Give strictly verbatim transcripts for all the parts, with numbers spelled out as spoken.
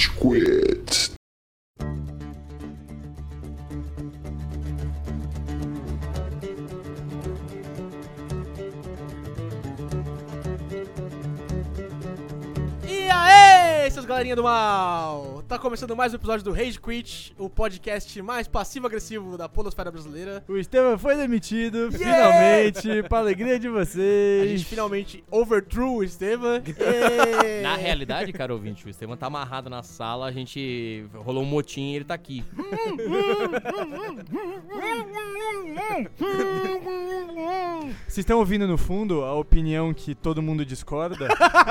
Rage Quit. E aí, seus galerinha do mal! Tá começando mais um episódio do Rage Quit, o podcast mais passivo-agressivo da podosfera brasileira. O Estevam foi demitido, Yeah! finalmente, pra alegria de vocês. A gente finalmente overthrew o Estevam. Yeah! Na realidade, cara ouvinte, o Estevam tá amarrado na sala, a gente rolou um motim e ele tá aqui. Vocês estão ouvindo no fundo a opinião que todo mundo discorda?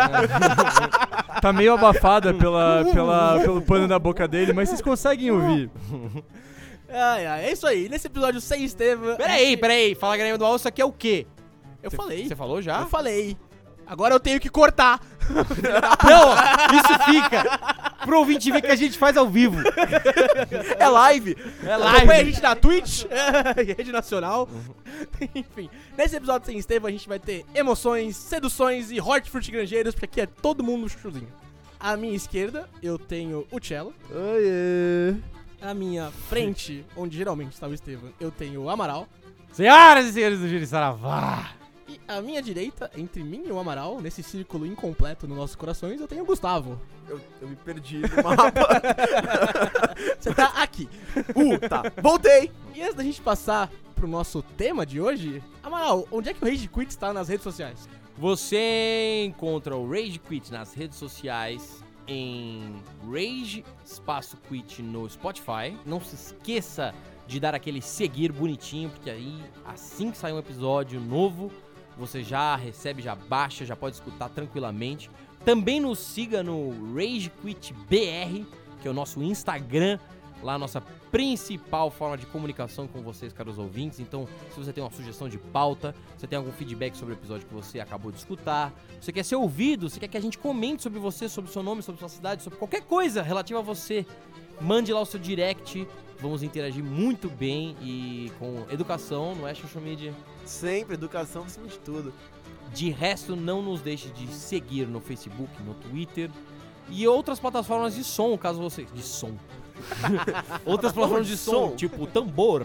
Tá meio abafada pela, pela, pelo pano da boca dele, mas vocês conseguem ouvir. Ai, ai, é isso aí. Nesse episódio sem Estevam... Peraí, peraí, fala galera do mal, isso aqui é o quê? Eu Cê, falei. Você falou já? Eu falei. Agora eu tenho que cortar. Não, isso fica pro ouvinte ver que a gente faz ao vivo. É live. É Acompanha a live. gente na Twitch, rede nacional. Enfim, nesse episódio sem Estevam a gente vai ter emoções, seduções e hortifruti granjeiros, porque aqui é todo mundo chuchuzinho. À minha esquerda, eu tenho o Cello. Oiê. À minha frente, onde geralmente está o Estevam, eu tenho o Amaral. Senhoras e senhores do Giro Saravá. E à minha direita, entre mim e o Amaral, nesse círculo incompleto nos nossos corações, eu tenho o Gustavo. Eu, eu me perdi no mapa. Você tá aqui. Uh, tá. Voltei. E antes da gente passar pro nosso tema de hoje, Amaral, onde é que o Rage Quit está nas redes sociais? Você encontra o Rage Quit nas redes sociais, em Rage Espaço Quit no Spotify. Não se esqueça de dar aquele seguir bonitinho, porque aí, assim que sair um episódio novo, você já recebe, já baixa, já pode escutar tranquilamente. Também nos siga no Rage Quit B R, que é o nosso Instagram, lá a nossa principal forma de comunicação com vocês, caros ouvintes. Então, se você tem uma sugestão de pauta, você tem algum feedback sobre o episódio que você acabou de escutar, você quer ser ouvido, você quer que a gente comente sobre você, sobre o seu nome, sobre sua cidade, sobre qualquer coisa relativa a você, mande lá o seu direct. Vamos interagir muito bem e com educação, não é, social media? Sempre educação acima de tudo. De resto, não nos deixe de seguir no Facebook, no Twitter e outras plataformas de som, caso você... De som. Outras plataformas de som, som? tipo tambor.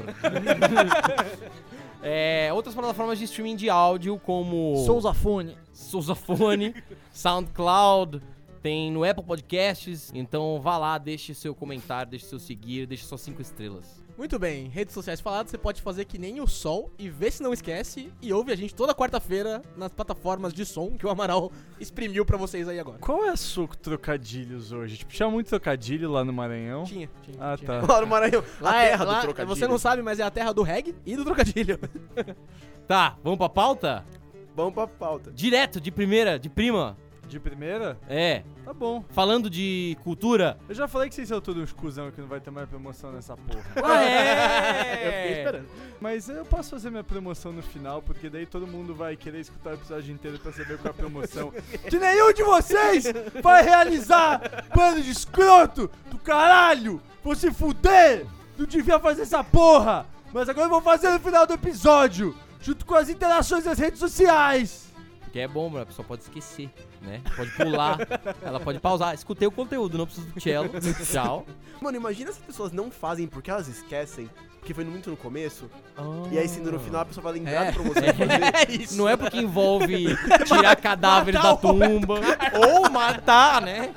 É, outras plataformas de streaming de áudio, como... Souzafone. Souzafone, SoundCloud, tem no Apple Podcasts. Então vá lá, deixe seu comentário, deixe seu seguir, deixe suas cinco estrelas. Muito bem, redes sociais faladas, você pode fazer que nem o Sol e ver se não esquece e ouve a gente toda quarta-feira nas plataformas de som que o Amaral exprimiu pra vocês aí agora. Qual é a sua trocadilhos hoje? Tipo, tinha muito trocadilho lá no Maranhão? Tinha, tinha. Ah, tinha. tá. Lá no Maranhão. Lá a é- terra lá- do trocadilho. Você não sabe, mas é a terra do reggae e do trocadilho. Tá, vamos pra pauta? Vamos pra pauta. Direto, de primeira, de prima. De primeira? É, Tá bom. falando de cultura. Eu já falei que vocês são todos uns cuzão que não vai ter mais promoção nessa porra. Ah, Eu fiquei é! esperando. Mas eu posso fazer minha promoção no final, porque daí todo mundo vai querer escutar o episódio inteiro pra saber qual é a promoção. Que nenhum de vocês vai realizar! Bando de escroto do caralho! Vou se fuder! Não devia fazer essa porra! Mas agora eu vou fazer no final do episódio! Junto com as interações das redes sociais! Que é bom, a pessoa pode esquecer, né? Pode pular, ela pode pausar. Escutei o conteúdo, não preciso do cello. Tchau. Mano, imagina se as pessoas não fazem porque elas esquecem, porque foi muito no começo, e aí sendo no final a pessoa vai lembrar É. da promoção e fazer. É isso. Não é porque envolve tirar cadáveres Matar da o Roberto tumba ou matar, né?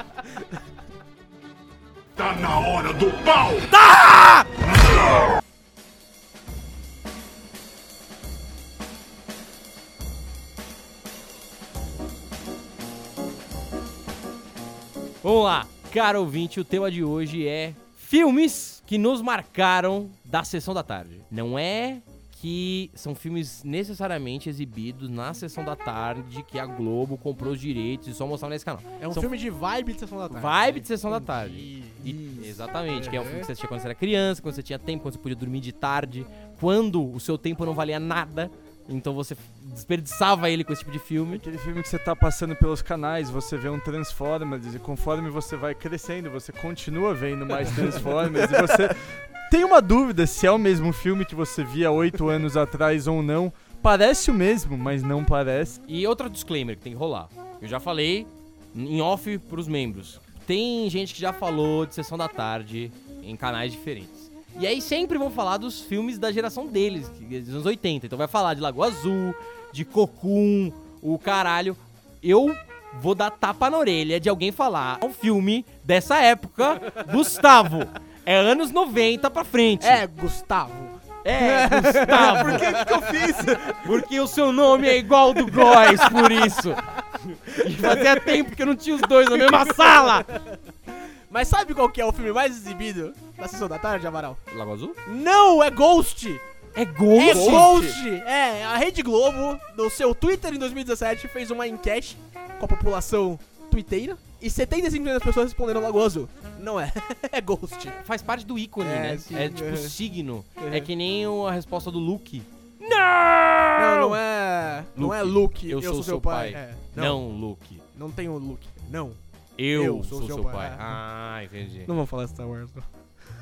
Tá na hora do pau! Vamos lá, caro ouvinte, o tema de hoje é filmes que nos marcaram da sessão da tarde. Não é que são filmes necessariamente exibidos na sessão da tarde que a Globo comprou os direitos e só mostrava nesse canal. É um São filme de vibe de sessão da tarde. Vibe de sessão da tarde. Entendi. E- exatamente, que é um filme que você assistia quando você era criança, quando você tinha tempo, quando você podia dormir de tarde, quando o seu tempo não valia nada, então você desperdiçava ele com esse tipo de filme. Aquele filme que você tá passando pelos canais, você vê um Transformers e conforme você vai crescendo, você continua vendo mais Transformers e você tem uma dúvida se é o mesmo filme que você via oito anos atrás ou não. Parece o mesmo, mas não parece. E outro disclaimer que tem que rolar. Eu já falei em off pros membros. tem gente que já falou de Sessão da Tarde em canais diferentes. E aí sempre vão falar dos filmes da geração deles, dos anos oitenta. Então vai falar de Lagoa Azul, de Cocoon, o caralho. Eu vou dar tapa na orelha de alguém falar um filme dessa época, Gustavo. É anos noventa pra frente. É, Gustavo. É, Gustavo. Por que que eu fiz? Porque o seu nome é igual ao do Góis, por isso. E fazia tempo que eu não tinha os dois na mesma sala. Mas sabe qual que é o filme mais exibido da Sessão da Tarde, Amaral? Lagoa Azul? Não, é Ghost! É Ghost? É Ghost! É, a Rede Globo, no seu Twitter em dois mil e dezessete, fez uma enquete com a população twitteira e setenta e cinco por cento das pessoas responderam Lagoa Azul. Não é, é Ghost. Faz parte do ícone, É, né? sim, é tipo é. signo. É. É que nem o- a resposta do Luke. Não, não é. Não é Luke, Eu, sou, seu pai. É, Não, Luke. Não tem o Luke. Não. Eu, Eu sou, seu pai. Ah, entendi. Não vamos falar Star Wars, não.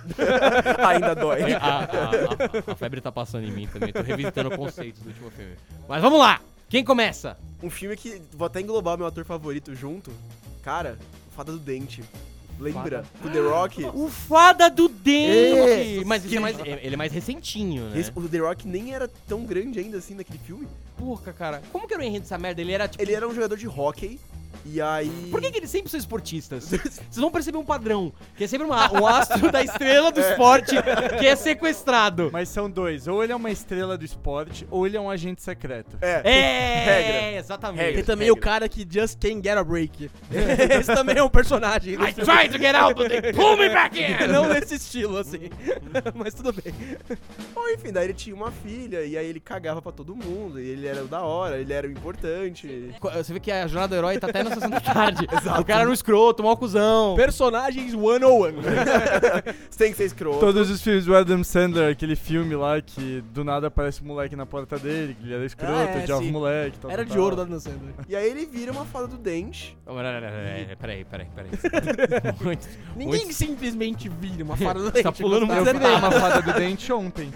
Ainda dói. É, a, a- a- a febre tá passando em mim também. Tô revisitando conceitos do último filme. Mas vamos lá! Quem começa? Um filme que vou até englobar meu ator favorito junto. Cara, o Fada do Dente. Lembra? Com The Rock. O Fada do Dente! É. Mas isso é mais, ele é mais recentinho, né? Esse- o The Rock nem era tão grande ainda assim naquele filme. Porra, cara. Como que era o enredo dessa merda? Ele era tipo... Ele era um jogador de hóquei. E aí. Por que, que eles sempre são esportistas? Vocês vão perceber um padrão, que é sempre uma- um astro da estrela do esporte que é sequestrado. Mas são dois. Ou ele é uma estrela do esporte, ou ele é um agente secreto. É. É, Regra. exatamente. Regra. Tem também regra. o cara que just can't get a break. Esse também é um personagem. do I filme. tried to get out, but they pulled me back in! Não nesse estilo, assim. Mas tudo bem. Bom, enfim, daí ele tinha uma filha, e aí ele cagava pra todo mundo, e ele era o da hora, ele era o importante. Você vê que a jornada do herói tá até na sessão da tarde. O cara era um escroto, um cuzão. Personagens cento e um. Você tem que ser escroto. Todos os filmes do Adam Sandler, aquele filme lá que do nada aparece um moleque na porta dele, que ele era escroto, Ah, é, odiava o sim. moleque. Tal, Era tal, de ouro tal. da Dan Sandler. E aí ele vira uma fada do dente. Não, não, não, não, não, Peraí, peraí, peraí. Muito- Ninguém muito- simplesmente vira uma fara do Tá dente. pulando Gustavo. Eu muito virei uma fada do dente ontem.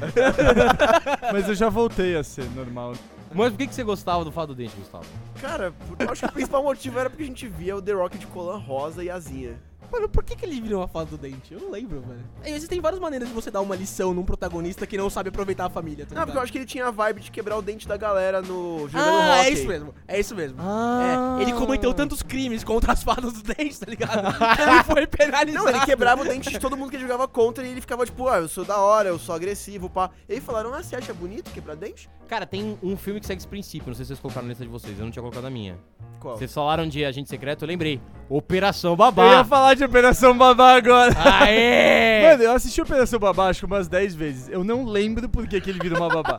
Mas eu já voltei a ser normal. Mas por que, que você gostava do Fada do Dente, Gustavo? Cara, eu acho que o principal motivo era porque a gente via o The Rock de colã rosa e asinha. Mano, por que, que ele virou uma fada do dente? Eu não lembro, velho. E existem várias maneiras de você dar uma lição num protagonista que não sabe aproveitar a família, tá Não, porque eu acho que ele tinha a vibe de quebrar o dente da galera no jogando Ah, hockey. é isso mesmo. É isso mesmo. Ah. É, ele cometeu tantos crimes contra as fadas do dente, tá ligado? Ele foi penalizado. Não, ele quebrava o dente de todo mundo que ele jogava contra e ele ficava tipo, ah, eu sou da hora, eu sou agressivo, pá. E aí falaram, ah, você acha bonito quebrar dente? Cara, tem um filme que segue esse princípio, não sei se vocês colocaram na lista de vocês, eu não tinha colocado a minha. Qual? Vocês falaram de Agente Secreto, eu lembrei. Operação Eu ia Babá. falar de Operação Babá agora. Aê! Mano, eu assisti Operação Babá acho que umas dez vezes. Eu não lembro por que, que ele vira uma babá.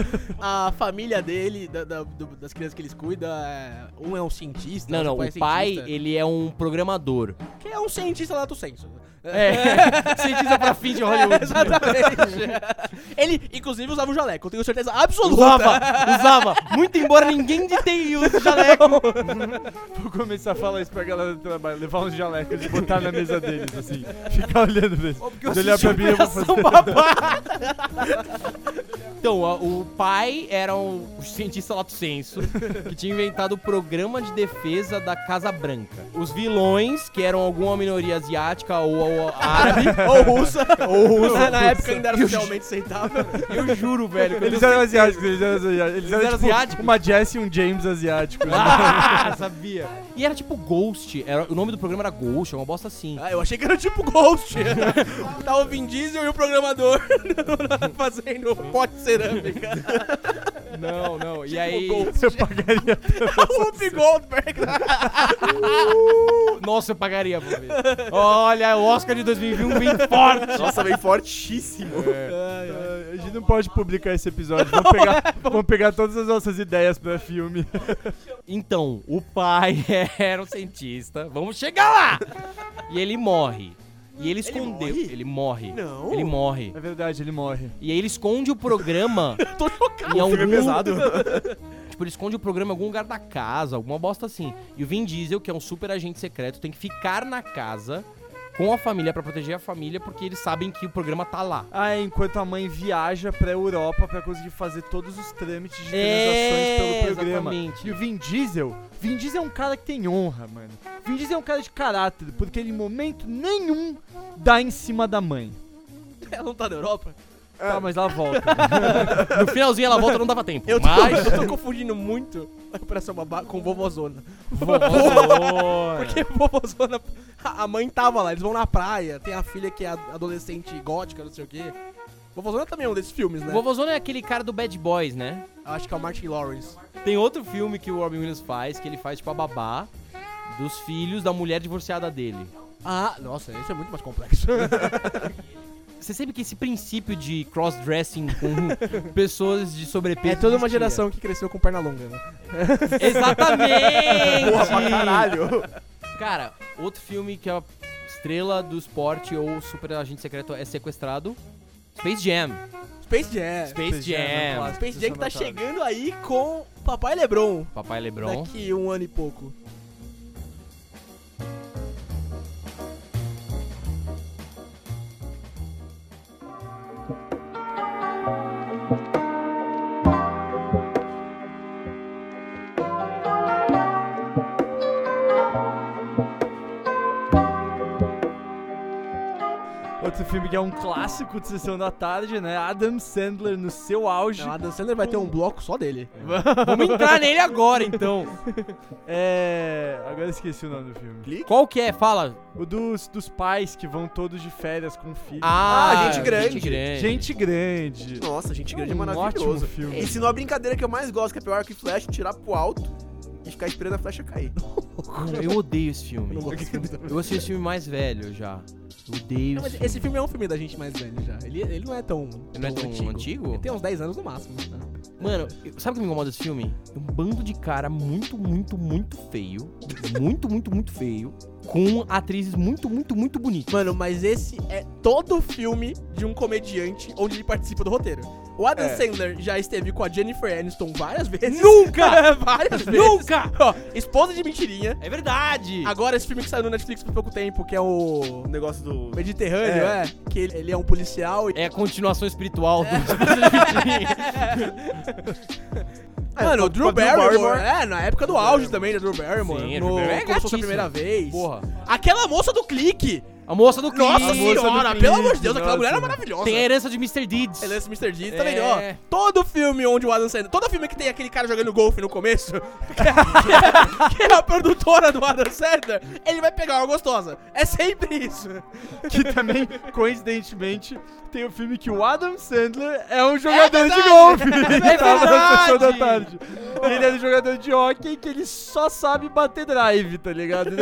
A família dele, da- da- do- das crianças que eles cuidam, é- um é um cientista. Não, não, outro o pai, cientista, ele é um programador. Que é um cientista lato senso. É, cientista pra fim de Hollywood. Exatamente. Ele, inclusive, usava o jaleco, eu tenho certeza absoluta. Usava, usava. Muito embora ninguém de T I use jaleco. Vou começar a falar isso pra galera do trabalho. Levar uns jalecos e botar na mesa deles, assim. Ficar olhando eles. eu Se olhar pra mim, eu vou Operação fazer. Babá. Então, a- o pai era um cientista lato senso que tinha inventado o programa de defesa da Casa Branca. Os vilões, que eram alguma minoria asiática ou, ou árabe, Ou russa. ou russa, Na, na época ainda era socialmente aceitável. eu juro, velho. quando Eles eu- eram asiáticos, eles eram asiáticos. Eles eram, eram tipo, asiáticos? uma Jess e um James asiático. né? Ah, sabia. E era tipo Ghost. Era, o nome do programa era Ghost, é uma bosta assim. Ah, eu achei que era tipo Ghost. Tava o Vin Diesel e o programador fazendo pote de cerâmica. Não, não. E aí. Ghost. Eu pagaria. O Whoopi Goldberg. Nossa, eu pagaria pra ver. Olha, o Oscar de dois mil e vinte e um vem forte. Nossa, bem fortíssimo. Ah, a gente não pode publicar esse episódio. Vamos pegar, vamos pegar todas as nossas ideias pra filme. Então, o pai era um cientista. Vamos chegar lá! E ele morre. E ele escondeu. morre? Ele morre. Não. Ele morre. É verdade, ele morre. E aí ele esconde o programa Tô chocado. em algum. filme é pesado. Tipo, ele esconde o programa em algum lugar da casa, alguma bosta assim. E o Vin Diesel, que é um super agente secreto, tem que ficar na casa com a família pra proteger a família, porque eles sabem que o programa tá lá. Ah, é, enquanto a mãe viaja pra Europa pra conseguir fazer todos os trâmites de É, transações pelo programa. exatamente. E o Vin Diesel, Vin Diesel é um cara que tem honra, mano. Vin Diesel é um cara de caráter, porque ele em momento nenhum dá em cima da mãe. Ela não tá na Europa? Tá, mas ela volta. No finalzinho ela volta, não dava tempo. Eu tô, Mas... eu tô confundindo muito a Operação Babá com Vovozona. Vovozona. Porque Vovozona, a mãe tava lá, eles vão na praia, tem a filha que é adolescente gótica, não sei o quê. Vovozona também é um desses filmes, né? O Vovozona é aquele cara do Bad Boys, né? Eu acho que é o Martin Lawrence. Tem outro filme que o Robin Williams faz, que ele faz tipo a babá dos filhos da mulher divorciada dele. Ah, nossa, esse é muito mais complexo. Você sabe que esse princípio de cross-dressing com pessoas de sobrepeso... É toda uma existia? geração que cresceu com perna longa, né? Exatamente! Porra, pra caralho. Cara, outro filme que é a estrela do esporte ou super agente secreto é sequestrado, Space Jam. Space Jam. Space Jam. Space Jam que tá chegando aí com Papai LeBron. Papai LeBron. Daqui um ano e pouco. Outro filme que é um clássico de Sessão da Tarde, né? Adam Sandler no seu auge. Não, Adam Sandler vai ter um bloco só dele. Vamos entrar nele agora, então. É... Agora eu esqueci o nome do filme. Qual que é? Fala. O dos, dos pais que vão todos de férias com o filho. Ah, Gente Grande. Gente Grande. Gente Grande. Nossa, Gente Grande é Um maravilhoso. ótimo filme. Ensinou a brincadeira que eu mais gosto, que é pegar o arco e flecha, tirar pro alto e ficar esperando a flecha cair. Mano, eu odeio esse filme. Eu não gosto desse filme também. Eu assisti esse filme mais velho já. Eu odeio Não, mas esse esse filme é um filme da gente mais velho já. Ele, ele não é tão, Ele não é tão antigo? Ele tem uns dez anos no máximo. Né? Mano, sabe o que me incomoda desse filme? Um bando de cara muito, muito, muito feio. Muito, muito, muito feio. Com atrizes muito, muito, muito bonitas. Mano, mas esse é todo filme de um comediante onde ele participa do roteiro. O Adam É. Sandler já esteve com a Jennifer Aniston várias vezes. Nunca! várias vezes. Nunca! Ó, esposa de mentirinha. É verdade! Agora esse filme que saiu no Netflix por pouco tempo, que é o O negócio do... Mediterrâneo, é. Que ele, ele é um policial e... É a continuação espiritual do... É, Mano, com- o Drew com a Drew Barrymore, Barrymore. é, na época do auge também da Drew Barrymore. Sim, a no, Drew Barrymore é como se fosse a gatíssima. primeira vez. Porra. Aquela moça do clique. A moça do clipe. Nossa moça do senhora, clique, pelo amor de Deus, aquela nossa. mulher é maravilhosa. Tem a herança de mister Deeds. Ele é esse mister Deeds, É. tá vendo? Ó, todo filme onde o Adam Sandler... Todo filme que tem aquele cara jogando golfe no começo, que é, que é a produtora do Adam Sandler, ele vai pegar uma gostosa. É sempre isso. Que também, coincidentemente, tem o filme que o Adam Sandler é um jogador verdade! de golfe. É Ele tava na Sessão da verdade! Tarde. Ele era um jogador de hockey que ele só sabe bater drive, tá ligado?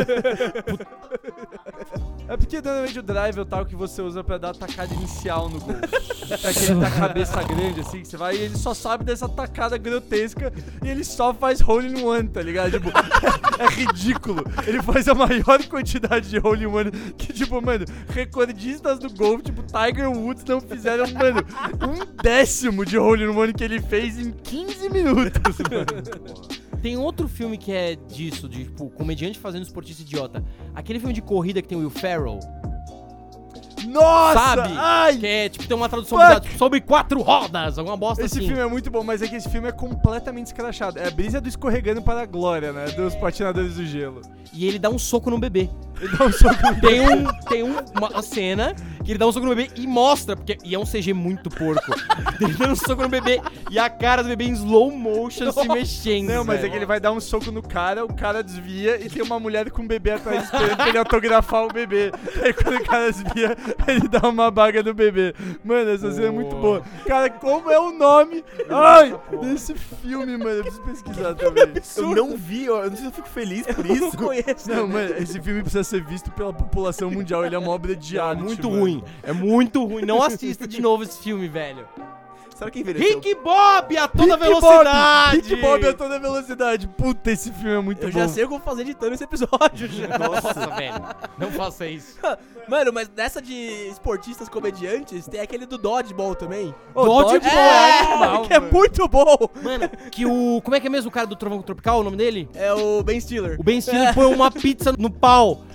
É porque normalmente o drive é o tal que você usa pra dar a tacada inicial no gol. É aquele da cabeça grande, assim, que você vai e ele só sabe dessa tacada grotesca e ele só faz hole in one, tá ligado? Tipo, é ridículo. Ele faz a maior quantidade de hole in one que, tipo, mano, recordistas do golfe, tipo, Tiger Woods não fizeram, mano, um décimo de hole in one que ele fez em quinze minutos, mano. Tem outro filme que é disso, de, tipo, comediante fazendo esportista idiota. Aquele filme de corrida que tem o Will Ferrell. Nossa! Sabe? Ai! Que é, tipo, tem uma tradução Fuck! bizarra, tipo, sobre quatro rodas, alguma bosta Esse assim. filme é muito bom, mas é que esse filme é completamente escrachado. É a brisa do escorregando para a glória, né? Dos patinadores do gelo. E ele dá um soco no bebê. Ele dá um soco no Tem, um, tem um, uma cena que ele dá um soco no bebê e mostra, porque, e é um C G muito porco. Ele dá um soco no bebê e a cara do bebê em slow motion se mexendo. Não, mas velho. é que ele vai dar um soco no cara, o cara desvia e tem uma mulher com um bebê atrás esperando pra ele autografar o bebê. Aí quando o cara desvia, ele dá uma baga no bebê. Mano, essa cena é muito boa. Cara, como é o nome ai, desse filme, mano? Eu preciso pesquisar também. Eu não vi, eu não sei se eu fico feliz por isso. Não conheço. Não, mano, esse filme precisa ser visto pela população mundial. Ele é uma obra de É arte. muito mano. ruim. É muito ruim. Não assista de novo esse filme, velho. Será que envelheceu? Rick Bob a toda Rick velocidade. Bob, Rick Bob a toda velocidade. Puta, esse filme é muito Eu bom. já sei o que eu vou fazer editando esse episódio já. Nossa, velho. Não faça isso. Mano, mas nessa de esportistas comediantes, tem aquele do Dodgeball também. Ô, Dodgeball Dodgeball é, animal, que é mano. muito bom. Mano, que o... Como é que é mesmo o cara do Trovão Tropical, o nome dele? É o Ben Stiller. O Ben Stiller põe uma pizza no pau.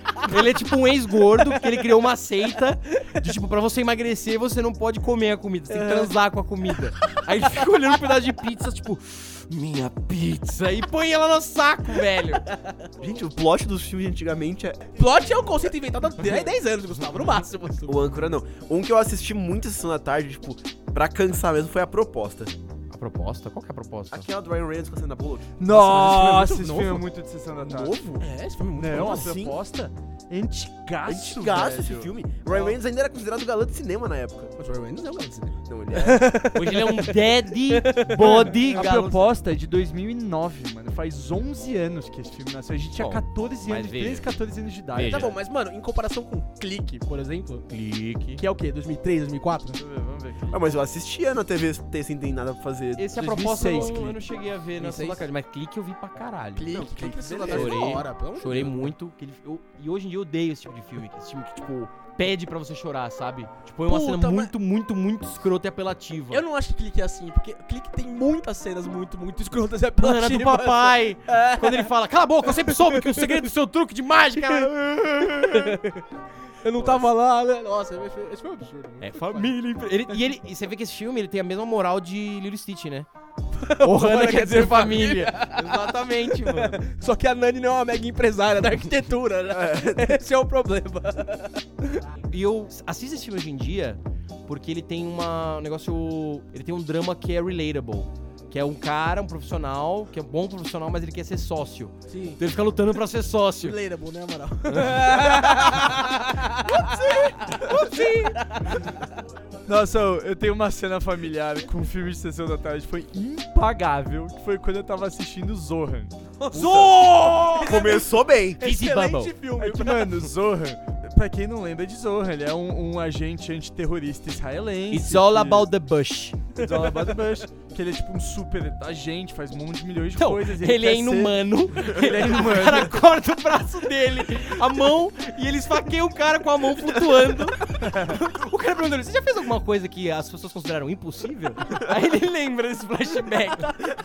Ele é tipo um ex-gordo, que ele criou uma seita de tipo, pra você emagrecer, você não pode comer a comida, você tem que transar com a comida. Aí ele fica olhando um pedaço de pizza, tipo, minha pizza, e põe ela no saco, velho. Gente, o plot dos filmes de antigamente é... Plot é um conceito inventado há dez anos, Gustavo, no máximo. O âncora não. Um que eu assisti muito Sessão da Tarde, tipo, pra cansar mesmo, foi A Proposta. A proposta? Qual que é a proposta? Aquela do Ryan Reynolds com a Sandra Bullock. Nossa, esse esse filme é filme é muito muito de Sessão da Tarde. Novo? É, esse filme é muito Não, bom. a assim? proposta é antigaço, Antigaço esse velho. filme. Ryan Reynolds ainda era considerado galã de cinema na época. Mas o Ryan Reynolds não é um grande cinema. Não, ele é... Hoje ele é um dead body A galo. proposta é de dois mil e nove, mano. Faz onze anos que esse filme nasceu. A gente tinha Bom, quatorze mas anos, veja. treze, quatorze anos de idade. Veja. Tá bom, mas, mano, em comparação com Clique, por exemplo, Clique. que é o quê? dois mil e três, dois mil e quatro? Deixa eu ver, vamos ver aqui. Ah, mas eu assistia na T V ter sem ter nada pra fazer. Esse é a dois mil e proposta eu seis, não, eu Clique. não cheguei a ver na dois mil e seis. sua cara, mas Clique eu vi pra caralho. Clique, Não, Clique, Clique, Clique, beleza. Clique, Chorei, hora, pelo amor de chorei Deus. muito. Que ele, eu, e hoje em dia eu odeio esse tipo de filme. Esse filme que, tipo, pede pra você chorar, sabe? Tipo, é uma Puta, cena mas- muito, muito, muito escrota e apelativa. Eu não acho que Clique é assim, porque Clique tem muitas cenas muito, muito escrotas e Mano, era apelativas. do papai. Quando ele fala, cala a boca, eu sempre soube que o segredo do seu truque de mágica... Eu não tava lá, né? Nossa, esse foi- esse foi um absurdo. É família. empre- Ele, e, ele, e você vê que esse filme ele tem a mesma moral de Lilo e Stitch, né? Ohana quer dizer família. Exatamente, mano. Só que a Nani não é uma mega empresária da arquitetura, né? Esse é o problema. E eu assisto esse filme hoje em dia porque ele tem uma, um negócio... Ele tem um drama que é relatable. Que é um cara, um profissional, que é um bom profissional, mas ele quer ser sócio. Sim. Então ele fica lutando pra ser sócio. Relatable, né, Amaral? Nossa, eu eu tenho uma cena familiar com um filme de Sessão da Tarde, foi impagável, que foi quando eu tava assistindo Zohan. Zorro! Começou bem. Easy Excelente Bubble. filme. É que, mano, Zohan, pra quem não lembra de Zohan, ele é um, um agente antiterrorista israelense. It's all que- about the bush. It's all about the bush. Que ele é tipo um super agente, faz um monte de milhões de Então, coisas. e ele é quer ser- inumano. Ele é O inumano. cara corta o braço dele, a mão, e ele esfaqueia o cara com a mão flutuando. O cara perguntou, você já fez alguma coisa que as pessoas consideraram impossível? Aí ele lembra desse flashback.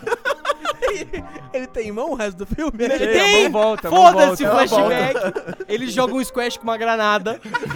Ele tem mão o resto do filme? Ele Tem, a tem! mão volta, a mão Foda-se o volta, ela flashback. Ele joga um squash com uma granada.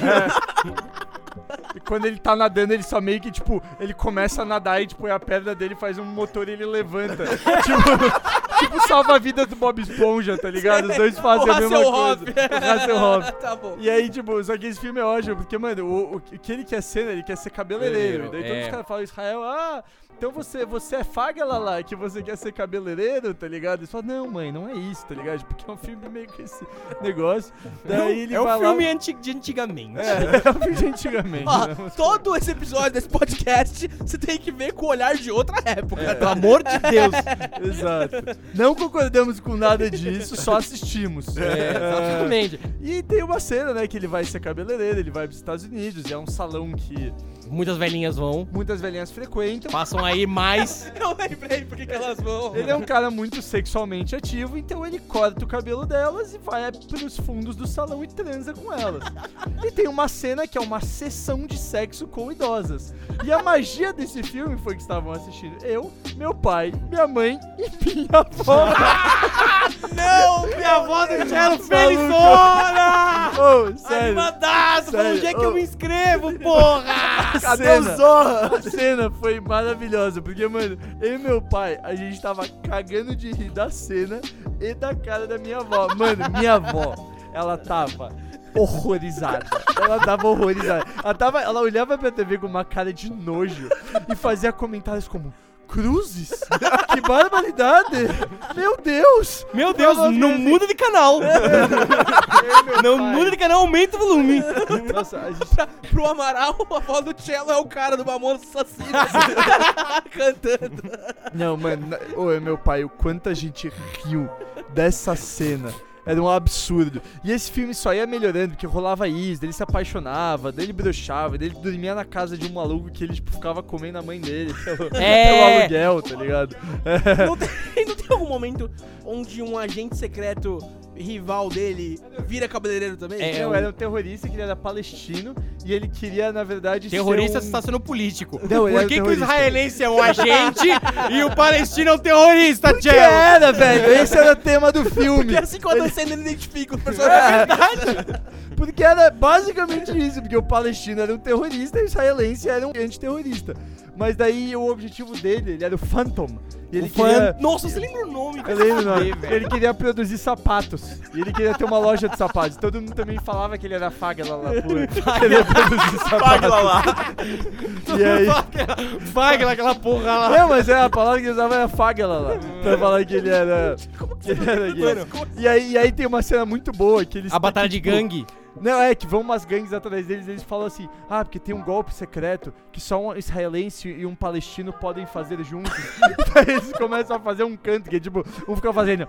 E quando ele tá nadando, ele só meio que, tipo, ele começa a nadar e, tipo, a perna dele faz um motor e ele levanta. tipo, tipo salva-vida do Bob Esponja, tá ligado? Os dois fazem O a mesma Hasselhoff. coisa. O Hasselhoff. Tá bom. E aí, tipo, só que esse filme é ótimo, porque, mano, o, o que ele quer ser, né? Ele quer ser cabeleireiro. E daí todos É. os caras falam, Israel, ah, então você, você é faga, Lala, que você quer ser cabeleireiro, tá ligado? Ele fala, não, mãe, não é isso, tá ligado? Porque é um filme meio que esse negócio. Daí ele é um vai filme lá... anti- de antigamente. É, é um filme de antigamente. Ó, né? todo esse episódio desse podcast você tem que ver com o olhar de outra época. Pelo amor de Deus. Exato. Não concordamos com nada disso, só assistimos. É, exatamente. E tem uma cena, né, que ele vai ser cabeleireiro, ele vai pros Estados Unidos, e é um salão que Muitas velhinhas vão, muitas velhinhas frequentam. passam aí mais. Eu lembrei porque que elas vão. Ele é um cara muito sexualmente ativo, então ele corta o cabelo delas e vai pros fundos do salão e transa com elas. E tem uma cena que é uma sessão de sexo com idosas. E a magia desse filme foi que estavam assistindo eu, meu pai, minha mãe e minha avó. Não, Minha avó do Cello Maluco. Felizona! Ô, sério. Animadaço! Falou, Sério, onde é que ô. eu me inscrevo, porra? Cadê cena. o Zorra? A cena foi maravilhosa, porque, mano, eu e meu pai, a gente tava cagando de rir da cena e da cara da minha avó. Mano, minha avó, ela tava horrorizada. Ela tava horrorizada. Ela, tava, ela olhava pra T V com uma cara de nojo e fazia comentários como... Cruzes? Que barbaridade! Meu Deus! Meu Deus, Tava não vendo- muda de canal! Não pai. muda de canal, aumenta o volume! Nossa, a gente... pra, pro Amaral, a voz do Cello é o cara do Mamonas Assassinos cantando. Não, mano, na- ô, é meu pai, o quanto a gente riu dessa cena. Era um absurdo. E esse filme só ia melhorando, porque rolava isso, daí ele se apaixonava, daí ele broxava, daí ele dormia na casa de um maluco que ele, tipo, ficava comendo a mãe dele pelo, É. pelo aluguel, tá ligado? Não tem, não tem algum momento onde um agente secreto rival dele vira cabeleireiro também? É, Não, o- era um terrorista que ele era palestino e ele queria, na verdade, Terrorista ser um... está sendo político. Não, ele Por era que, que o terrorista. israelense é um agente e o palestino é um terrorista, Que Tchel? era, velho? Esse era o tema do filme. Porque assim que o Adam Sandler identifica os personagens. É, porque era basicamente isso, porque o palestino era um terrorista e o israelense era um antiterrorista. Mas daí o objetivo dele, ele era o Phantom. E ele O queria... fã... Nossa, você lembra o nome? Eu lembro, não. Ele queria produzir sapatos. E ele queria ter uma loja de sapatos. Todo mundo também falava que ele era Fagla lá, pô. Ele ia produzir sapatos. Paga lá. E aí... Fagla, aquela porra lá. Não, mas é, a palavra que ele usava era Fagla lá. Pra falar que ele era... Que ele era gay. E aí, e aí tem uma cena muito boa que eles... A batalha de tipo, gangue. Não, é que vão umas gangues atrás deles e eles falam assim: ah, porque tem um golpe secreto que só um israelense e um palestino podem fazer juntos. Daí eles começam a fazer um canto que é tipo, um fica fazendo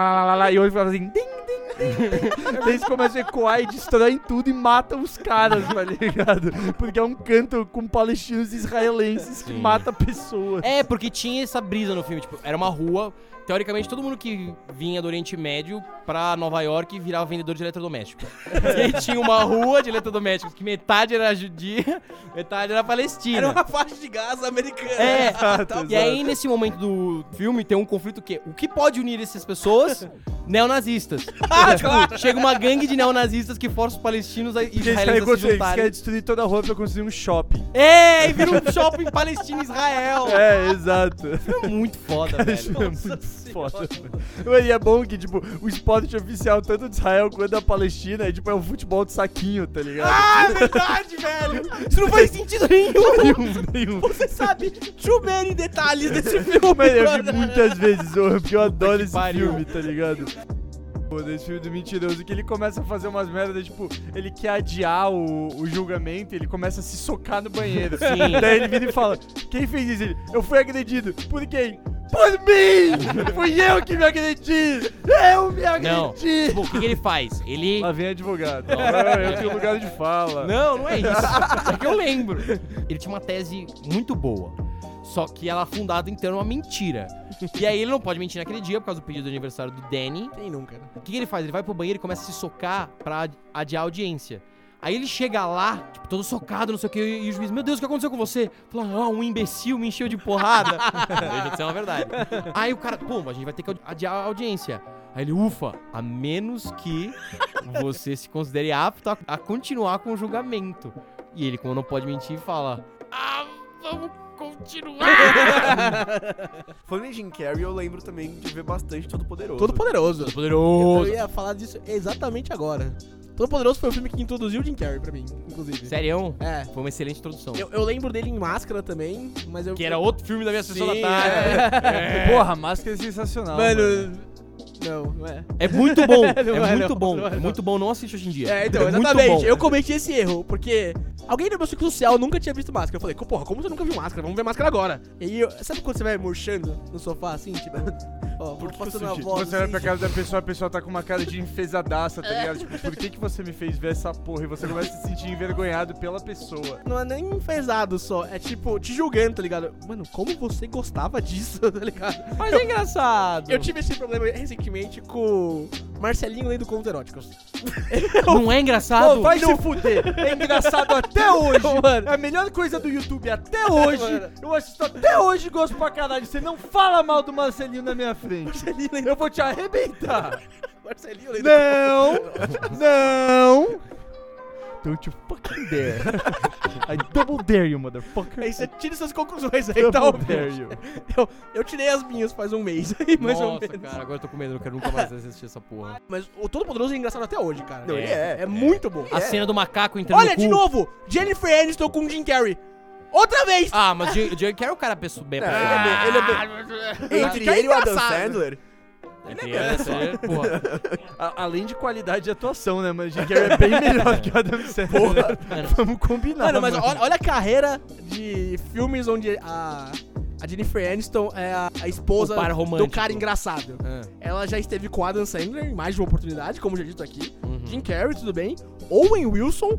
e o outro fica fazendo ding, ding, ding, ding. Daí eles começam a ecoar e destroem tudo e matam os caras, tá ligado? Porque é um canto com palestinos e israelenses que Sim. mata pessoas. É, porque tinha essa brisa no filme, tipo, era uma rua, teoricamente todo mundo que vinha do Oriente Médio pra Nova York virava vendedor de eletrodomésticos. E aí tinha uma rua de eletrodomésticos que metade era judia, metade era palestina. Era uma faixa de gás americana. É, Exato, e aí nesse momento do filme tem um conflito que o que pode unir essas pessoas? Neonazistas. Ah, Tipo, claro. chega uma gangue de neonazistas que força os palestinos e Porque eles querem, israelenses a se construir, eles juntarem. querem destruir toda a rua pra construir um shopping. É, e vira um shopping Palestina e Israel. É, exato. É muito foda, velho. Isso é muito foda, velho. E é bom que, tipo, o esporte oficial tanto de Israel quanto da Palestina é, tipo, é o futebol de saquinho, tá ligado? Ah, é verdade, velho. Isso não faz sentido nenhum. nenhum, nenhum. Você sabe too many detalhes desse filme. Mas eu vi brother. muitas vezes, ô, porque eu adoro que esse pariu. filme, tá ligado? Pô, desse filme do mentiroso, que ele começa a fazer umas merdas, tipo, ele quer adiar o, o julgamento e ele começa a se socar no banheiro. Sim. Daí ele vira e fala, quem fez isso? Ele, eu fui agredido. Por quem? Por mim! Fui eu que me agredi! Eu me Não. agredi! Tipo, o que, que ele faz? Ele... Lá vem advogado. Ah, eu tenho lugar de fala. Não, não é isso. É que eu lembro. Ele tinha uma tese muito boa. Só que ela fundada inteira numa mentira. E aí ele não pode mentir naquele dia por causa do pedido do aniversário do Danny. Quem nunca, né? O que, que ele faz? Ele vai pro banheiro e começa a se socar pra adiar a audiência. Aí ele chega lá, tipo, todo socado, não sei o que, e o juiz, meu Deus, o que aconteceu com você? Fala, ah, um imbecil me encheu de porrada. Deixa de ser uma verdade. Aí o cara, pô, a gente vai ter que adiar a audiência. Aí ele, ufa, a menos que você se considere apto a, a continuar com o julgamento. E ele, como não pode mentir, fala, ah, vamos continuar. Falando em Jim Carrey, eu lembro também de ver bastante Todo Poderoso. Todo Poderoso. Eu Poderoso. ia falar disso exatamente agora. Todo Poderoso foi o filme que introduziu o Jim Carrey pra mim, inclusive. Serião? É. Foi uma excelente introdução. Eu, eu lembro dele em Máscara também, mas eu... Que era outro filme da minha sessão da Sim, tarde. é. Porra, a máscara é sensacional. Mano... Não, não é. É muito bom, é Não é, muito não, bom, não é, é não. muito bom, não assiste hoje em dia. É, então, muito exatamente. bom. Eu cometi esse erro, porque alguém do meu ciclo social nunca tinha visto Máscara. Eu falei, porra, como você nunca viu Máscara? Vamos ver Máscara agora. E aí, eu- sabe quando você vai murchando no sofá, assim, tipo... Ó, vou passando a voz, Você vai assim, pra casa da pessoa, a pessoa tá com uma cara de enfesadaça, tá ligado? Tipo, por que que você me fez ver essa porra? E você começa a se sentir envergonhado pela pessoa. Não é nem enfesado só, é tipo, te julgando, tá ligado? Mano, como você gostava disso, tá ligado? Mas é engraçado. Eu tive esse problema recentemente com Marcelinho lendo contos eróticos. Não é engraçado? Pô, vai se fuder! É engraçado até hoje! Mano. É a melhor coisa do YouTube até hoje! Mano. Eu assisto até hoje e gosto pra caralho! Você não fala mal do Marcelinho na minha frente! Marcelinho lendo... Eu vou te arrebentar! Marcelinho lendo Não! Não! Don't you fucking dare! I double dare you, motherfucker! Aí você tira suas conclusões aí, Double tá ouvindo? dare you! Eu, eu tirei as minhas faz um mês aí, mais ou Nossa, menos. cara, agora eu tô com medo, não quero nunca mais assistir essa porra. Mas o Todo Poderoso é engraçado até hoje, cara. Não, ele é. É muito bom. A cena do macaco entrando Olha, no cu. de novo, Jennifer Aniston com Jim Carrey. Outra vez! Ah, mas o Jim- o Jim Carrey é o cara pessoa bem É, pra ele é bem- ele é Entre que é ele e o Adam engraçado. Sandler, É criança, é, porra. A- além de qualidade de atuação, né? Mas o Jim Carrey é bem melhor que o Adam Sandler. Mano, Vamos combinar. Mano, mas olha, olha a carreira de filmes onde a, a Jennifer Aniston é a, a esposa O par do romântico. cara engraçado. Ah, Ela já esteve com Adam Sandler em mais de uma oportunidade, como já dito aqui. uhum. Jim Carrey, tudo bem. Owen Wilson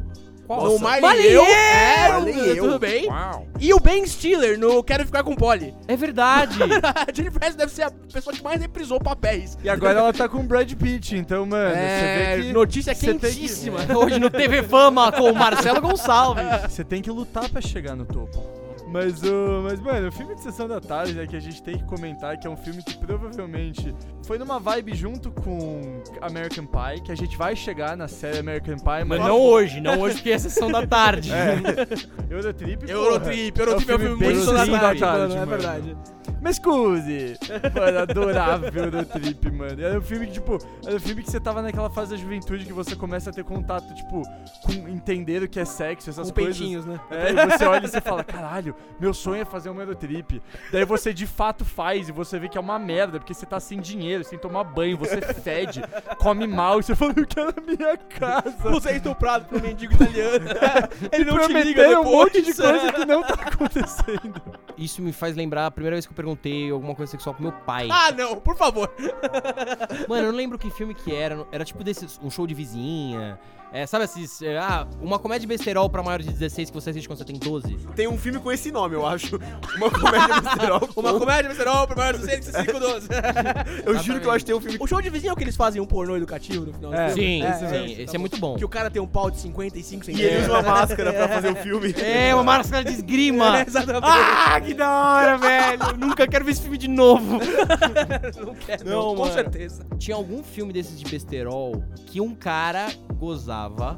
Qual? No Nossa. Marley Marley e eu. e É, Marley e eu. tudo bem. Uau. E o Ben Stiller no Quero Ficar com Polly. É verdade. A Jennifer Aniston deve ser a pessoa que mais reprisou papéis. E agora ela tá com o Brad Pitt, então, mano, É, você vê que... notícia você tem que- quentíssima. Hoje no T V Fama com o Marcelo Gonçalves. Você tem que lutar pra chegar no topo. Mas, o mas, mano, o filme de Sessão da Tarde é que a gente tem que comentar que é um filme que provavelmente foi numa vibe junto com American Pie, que a gente vai chegar na série American Pie, Mas mas não hoje, não hoje porque é sessão da tarde. É. Eurotrip, porra. Eurotrip, Eurotrip é um filme bem muito da Sessão tarde, da Tarde, mano, é mano. verdade. Mas excuse! Mano, adorava Eurotrip, mano. Era um filme que, tipo, era um filme que você tava naquela fase da juventude que você começa a ter contato, tipo, com entender o que é sexo, essas Com coisas. peitinhos, né? É, e você olha e você fala, caralho, meu sonho é fazer uma Eurotrip. Daí você de fato faz e você vê que é uma merda, porque você tá sem dinheiro, sem tomar banho, você fede, come mal, e você fala, eu quero a minha casa. Você é estuprado por um mendigo italiano. Ele não te liga Prometeram depois. um monte de coisa que não tá acontecendo. Isso me faz lembrar a primeira vez que eu perguntei alguma coisa sexual pro meu pai. Ah, não, por favor. Mano, eu não lembro que filme que era. Era tipo desses, um show de vizinha. É, sabe esses. é, ah, uma comédia besterol pra maiores de dezesseis que você assiste quando você tem doze. Tem um filme com esse nome, eu acho. Uma comédia besterol. Uma comédia besterol pra maior de cinco doze. Eu juro que eu acho que tem um filme... O show de vizinho é o que eles fazem um pornô educativo no final do É. filme? Sim, É, sim. é, Esse tá é muito bom. Que o cara tem um pau de cinquenta e cinco E ele centímetros. usa uma máscara pra fazer o filme. É, uma máscara de esgrima. É, exatamente. Ah, que da hora, velho. Eu nunca quero ver esse filme de novo. Não quero, Não, não, com mano. certeza. Tinha algum filme desses de besterol que um cara gozava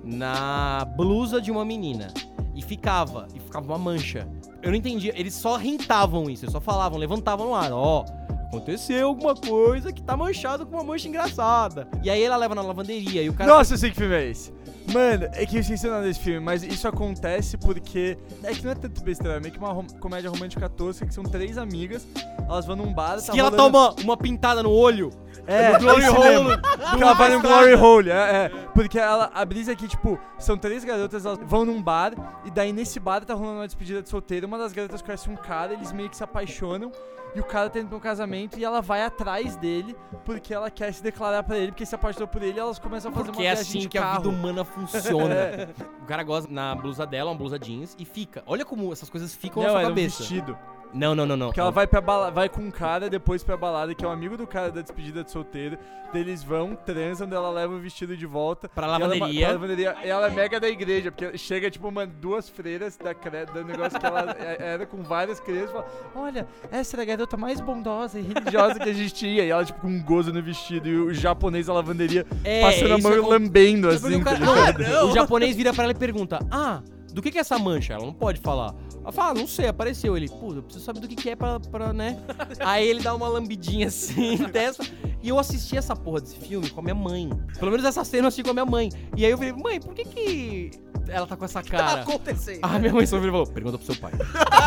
na blusa de uma menina. E ficava, e ficava uma mancha. Eu não entendia, eles só rentavam isso, eles só falavam, levantavam no ar, ó, aconteceu alguma coisa que tá manchado com uma mancha engraçada. E aí ela leva na lavanderia e o cara... Nossa, eu sei que filme é esse. Mano, é que eu esqueci o nome desse filme, mas isso acontece porque... É que não é tanto besteira, é meio que uma rom- comédia romântica tosca, que são três amigas, elas vão num bar... Tá que ela rolando- toma uma pintada no olho. É, no Glory esse Hole. mesmo. Que ela vai no Glory Hole, é, é. Porque ela, a brisa aqui, tipo, são três garotas, elas vão num bar, e daí nesse bar tá rolando uma despedida de solteiro, uma das garotas conhece um cara, eles meio que se apaixonam, e o cara tá indo pra um casamento, e ela vai atrás dele, porque ela quer se declarar pra ele, porque se apaixonou por ele, e elas começam a fazer Porque uma é viagem assim de que a carro. vida humana funciona. O cara gosta na blusa dela, uma blusa jeans, e fica. Olha como essas coisas ficam na Não, sua era um cabeça. vestido. Não, não, não, não. Porque ela vai, pra bala, vai com um cara, depois pra balada, que é um amigo do cara da despedida de solteiro. Daí eles vão, transam, daí ela leva o vestido de volta. Pra e ela- lavanderia. pra lavanderia. E ela é mega da igreja, porque chega, tipo, uma, duas freiras da cre... do negócio que ela é- era com várias crianças e fala: olha, essa era a garota mais bondosa e religiosa que a gente tinha. E ela, tipo, com um gozo no vestido. E o japonês da lavanderia É, passando a isso mão e acon- lambendo, Porque assim. o, cara- tá não, ligado? não. o japonês vira pra ela e pergunta: ah, do que que é essa mancha? Ela não pode falar. Ela fala, ah, não sei, apareceu. Ele, pô, eu preciso saber do que que é pra, pra né? Aí ele dá uma lambidinha assim, dessa. E eu assisti essa porra desse filme com a minha mãe. Pelo menos essa cena eu assisti com a minha mãe. E aí eu falei, mãe, por que que ela tá com essa Tá cara? acontecendo. Ah, minha mãe só virou e falou, pergunta pro seu pai.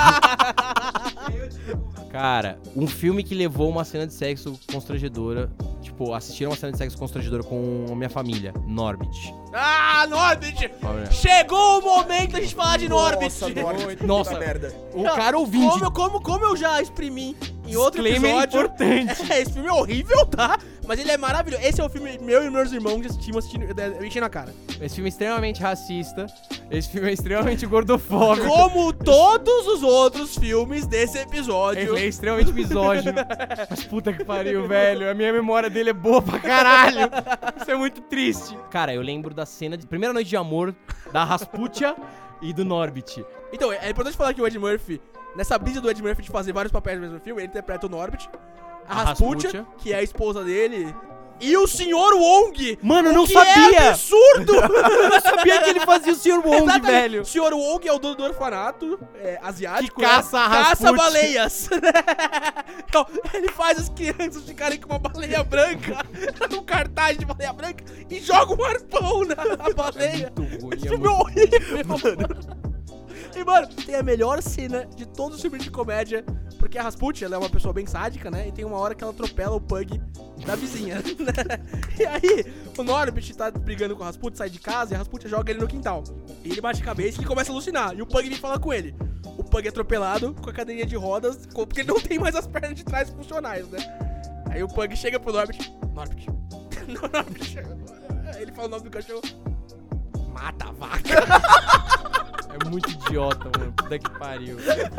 Cara, um filme que levou uma cena de sexo constrangedora. Tipo, assistiram uma cena de sexo constrangedora com a minha família. Norbit. Ah, Norbit! Olha. Chegou o momento da gente falar de Norbit. Nossa, Norbit. Nossa. Puta merda. O Não, cara ouvindo. Como, eu- como, como eu já exprimi em outro Disclaimer episódio. importante. É, esse filme é horrível, tá? Mas ele é maravilhoso. Esse é o filme meu e meus irmãos que assistimos assistindo, eh, enchendo a cara. Esse filme é extremamente racista. Esse filme é extremamente gordofóbico. Como todos os outros filmes desse episódio. Ele é extremamente misógino. Mas puta que pariu, velho. A minha memória dele é boa pra caralho. Isso é muito triste. Cara, eu lembro da cena de primeira noite de amor da Rasputia e do Norbit. Então, é importante falar que o Ed Murphy, nessa brisa do Ed Murphy de fazer vários papéis no mesmo filme, ele interpreta o Norbit, a, A Rasputia, Rasputia. que é a esposa dele, e o senhor Wong! Mano, eu o não que sabia. É absurdo! Eu não sabia que ele fazia o senhor Wong, Exatamente. velho. O senhor Wong é o dono do orfanato é, asiático. Que caça né? a Rasputia. Caça baleias. Então, ele faz as crianças ficarem com uma baleia branca, um cartaz de baleia branca, e joga um arpão na, na baleia. Muito ruim, Esse é filme é muito- horrível, mano. E, mano, tem a melhor cena de todos os filmes de comédia, porque a Rasputia, ela é uma pessoa bem sádica, né? E tem uma hora que ela atropela o pug da vizinha, né? E aí, o Norbit tá brigando com a Rasputia, sai de casa, e a Rasputia joga ele no quintal. E ele bate a cabeça e ele começa a alucinar. E o pug vem falar com ele. O pug é atropelado, com a cadeirinha de rodas, com- porque ele não tem mais as pernas de trás funcionais, né? Aí o pug chega pro Norbit. Norbit. Não, Norbit. Aí ele fala o nome do cachorro. Mata, vaca. É muito idiota, mano. Puta que pariu.